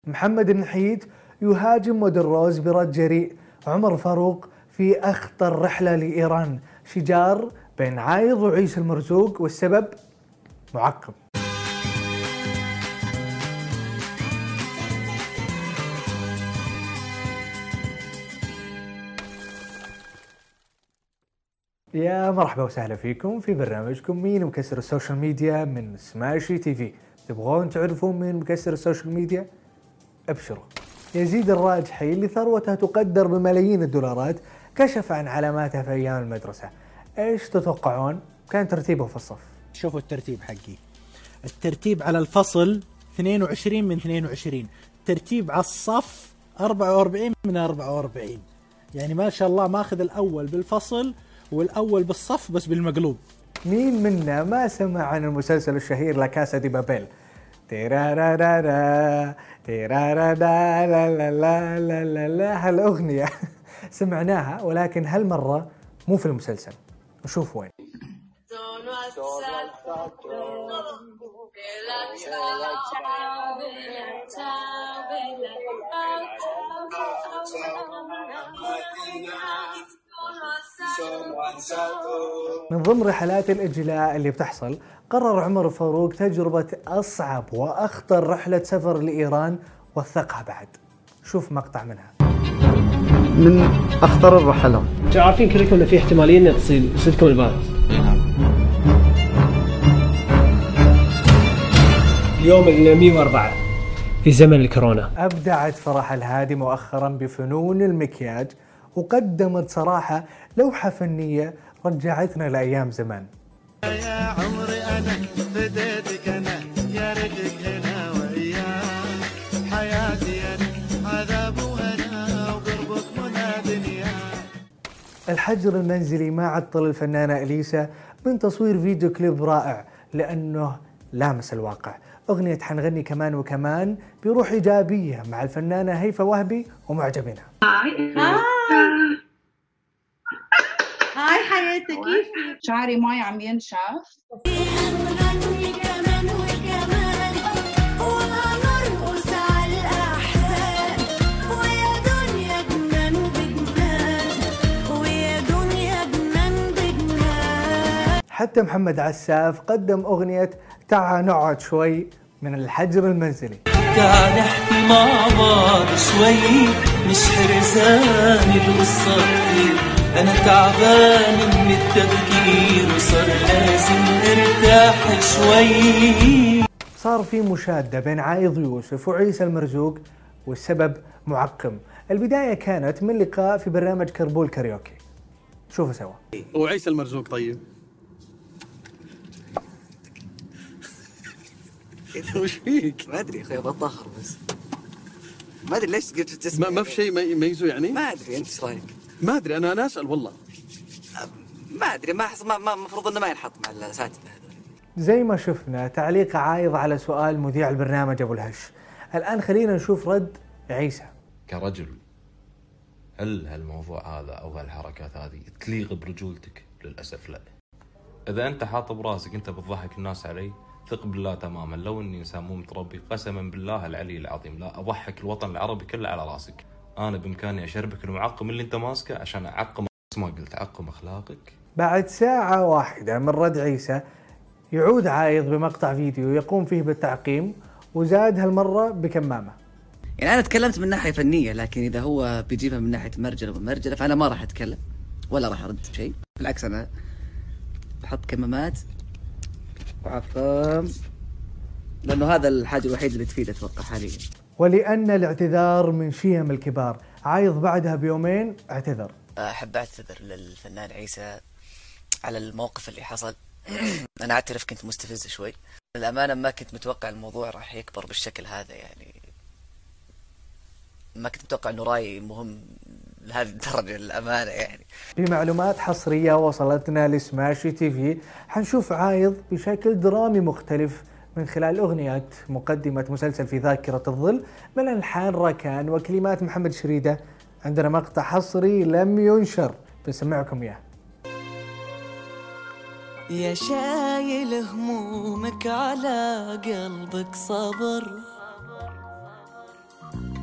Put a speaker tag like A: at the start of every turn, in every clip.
A: محمد النحيت يهاجم مودروز برد جريء. عمر فاروق في أخطر رحلة لإيران. شجار بين عايض وعيسى المرزوق والسبب معقم. يا مرحبا وسهلا فيكم في برنامجكم مين مكسر السوشيال ميديا من سماشي تي في. تبغون تعرفون مين مكسر السوشيال ميديا؟ ابشروا. يزيد الراجحي اللي ثروته تقدر بملايين الدولارات كشف عن علاماته في ايام المدرسه. ايش تتوقعون كان ترتيبه في الصف؟
B: شوفوا الترتيب حقي. الترتيب على الفصل 22 من 22، الترتيب على الصف 44 من 44. يعني ما شاء الله ماخذ الاول بالفصل والاول بالصف بس بالمقلوب.
A: مين منا ما سمع عن المسلسل الشهير لا كاسا دي بابيل؟ تيرارارا تيرارارا لا لا لا لا لا لا. هالأغنية سمعناها، ولكن هالمرة مو في المسلسل. نشوف وين. من ضمن رحلات الإجلاء اللي بتحصل، قرر عمر فاروق تجربة أصعب وأخطر رحلة سفر لإيران وثقها بعد. شوف مقطع منها.
C: من أخطر الرحلات.
D: عارفين كلكم إن في احتمالية إن تصيدكم الفيروس. اليوم 104 في زمن الكورونا.
A: أبدعت فرح الهادي مؤخرا بفنون المكياج، وقدمت صراحة لوحة فنية رجعتنا لأيام زمان.
E: يا عمري أنا بديتك أنا يا ريتك هنا وإياك حياتي أنا عذاب وهنا وقربك منى دنيا.
A: الحجر المنزلي ما عطل الفنانة إليسا من تصوير فيديو كليب رائع لأنه لامس الواقع. أغنية حنغني كمان وكمان بروح إيجابية مع الفنانة هيفا وهبي ومعجبينها.
F: هاي حياتي كيفك؟
G: شعري ماي عم ينشف.
F: هنغني كمان وكمان وهنرقص على الأحزان ويا دنيا جنان بجنان ويا دنيا جنان بجنان.
A: حتى محمد عساف قدم أغنية تعا نقعد شوي من الحجر المنزلي.
H: تعال نحكي مع بعض شوي مش حرزان القصة كتير. أنا تعبان من التفكير وصار لازم ارتاح شوي.
A: صار في مشادة بين عايض يوسف وعيسى المرزوق والسبب معقم. البداية كانت من لقاء في برنامج كربول كاريوكي. شوفوا سوا.
I: وعيسى المرزوق طيب وش فيك؟
J: ما ادري يا اخوي بتطهر بس ما ادري ليش قلت تسمع.
I: ما في شيء يميزه يعني؟
J: ما ادري انت ايش رايك؟
I: ما ادري انا اسال والله.
J: ما ادري ما المفروض انه ما ينحط مع الاساتذه.
A: زي ما شفنا تعليق عايض على سؤال مذيع البرنامج ابو الهش. الان خلينا نشوف رد عيسى.
K: كرجل هل هالموضوع هذا او هالحركات هذه تليق برجولتك؟ للاسف لا. اذا انت حاط براسك انت بتضحك الناس علي، ثق بالله تماما لو اني انسان مو متربي قسما بالله العلي العظيم لا اضحك الوطن العربي كله على راسك. انا بامكاني اشربك المعقم اللي انت ماسكه عشان اعقم، ما قلت اعقم اخلاقك.
A: بعد ساعة واحدة من رد عيسى يعود عايض بمقطع فيديو يقوم فيه بالتعقيم، وزاد هالمرة بكمامة.
J: يعني انا تكلمت من ناحيه فنيه، لكن اذا هو بيجيبها من ناحيه مرجله ومرجله فانا ما راح اتكلم ولا راح ارد بشيء. بالعكس انا بحط كمامات وعقم لانه هذا الحاجه الوحيده اللي تفيد اتوقع حاليا.
A: ولأن الاعتذار من شيم الكبار، عايض بعدها بيومين اعتذر.
J: احب اعتذر للفنان عيسى على الموقف اللي حصل. انا اعترف كنت مستفز شوي للامانه، ما كنت متوقع الموضوع راح يكبر بالشكل هذا. يعني ما كنت متوقع انه رايي مهم لهذه الدرجه للامانه. يعني
A: بمعلومات حصريه وصلتنا لسماشي تي في، حنشوف عايض بشكل درامي مختلف من خلال أغنية مقدمة مسلسل في ذاكرة الظل من ألحان راكان وكلمات محمد شريدة. عندنا مقطع حصري لم ينشر بنسمعكم إياه.
H: يا شايل همومك على قلبك صبر،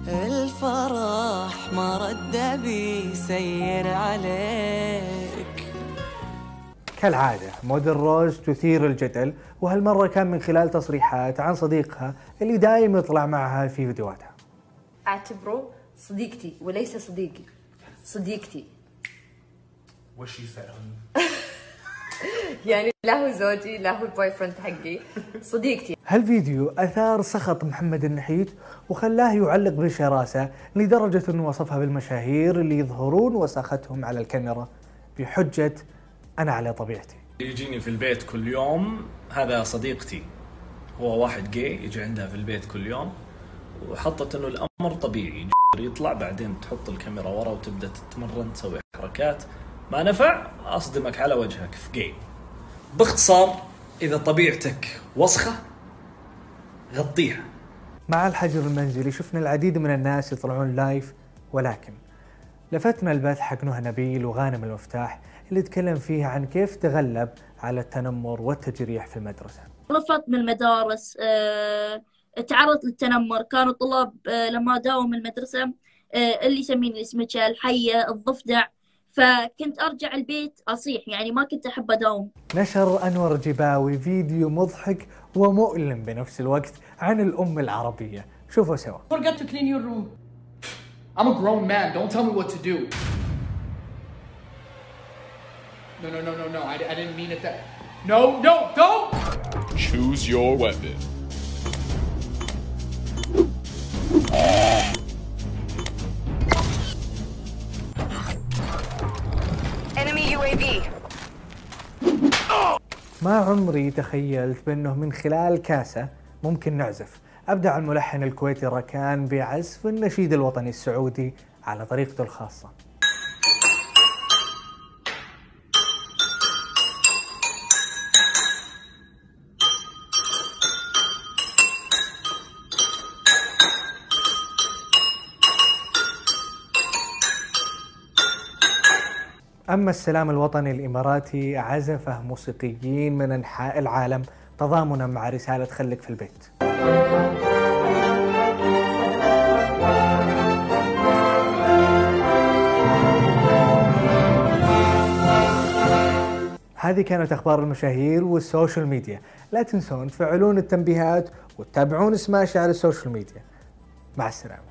H: الفرح ما رد بيسير عليك.
A: كالعادة مودن روز تثير الجدل، وهالمرة كان من خلال تصريحات عن صديقها اللي دايم يطلع معها في فيديوهاتها.
L: اعتبره صديقتي وليس صديقي، صديقتي.
M: وش يفهم؟
L: يعني لا هو زوجي لا هو البوي فريند حقي، صديقتي.
A: هالفيديو أثار سخط محمد النحيت وخلاه يعلق بشراسة لدرجة أنه وصفها بالمشاهير اللي يظهرون وساختهم على الكاميرا بحجة أنا على طبيعتي.
M: يجيني في البيت كل يوم، هذا صديقتي، هو واحد جاي يجي عندها في البيت كل يوم، وحطت انه الامر طبيعي، يطلع بعدين تحط الكاميرا ورا وتبدا تتمرن تسوي حركات، ما نفع اصدمك على وجهك في جاي. باختصار اذا طبيعتك وسخه غطيها.
A: مع الحجر المنزلي شفنا العديد من الناس يطلعون لايف، ولكن لفتنا البث حق نهى نبيل وغانم المفتاح اللي تكلم فيها عن كيف تغلب على التنمر والتجريح في المدرسة.
N: رفضت من المدارس، تعرضت للتنمر. كانوا الطلاب لما داوم المدرسة اللي يسميني اسمك الحية الضفدع، فكنت أرجع البيت أصيح، يعني ما كنت أحب أداوم.
A: نشر أنور جباوي فيديو مضحك ومؤلم بنفس الوقت عن الأم العربية، شوفوا سوا.
O: Forgot to clean your room. I'm a grown man. Don't tell me what to do. No. I didn't mean it that. No, don't.
P: Choose your weapon.
F: Enemy UAV.
A: ما عمري تخيلت بأنه من خلال كاسة ممكن نعزف. أبدع الملحن الكويتي ركان بعزف النشيد الوطني السعودي على طريقته الخاصة. أما السلام الوطني الإماراتي عزفه موسيقيين من أنحاء العالم تضامنا مع رسالة خليك في البيت. هذه كانت أخبار المشاهير والسوشيال ميديا. لا تنسون تفعلون التنبيهات وتتابعون سماشي على السوشيال ميديا. مع السلامة.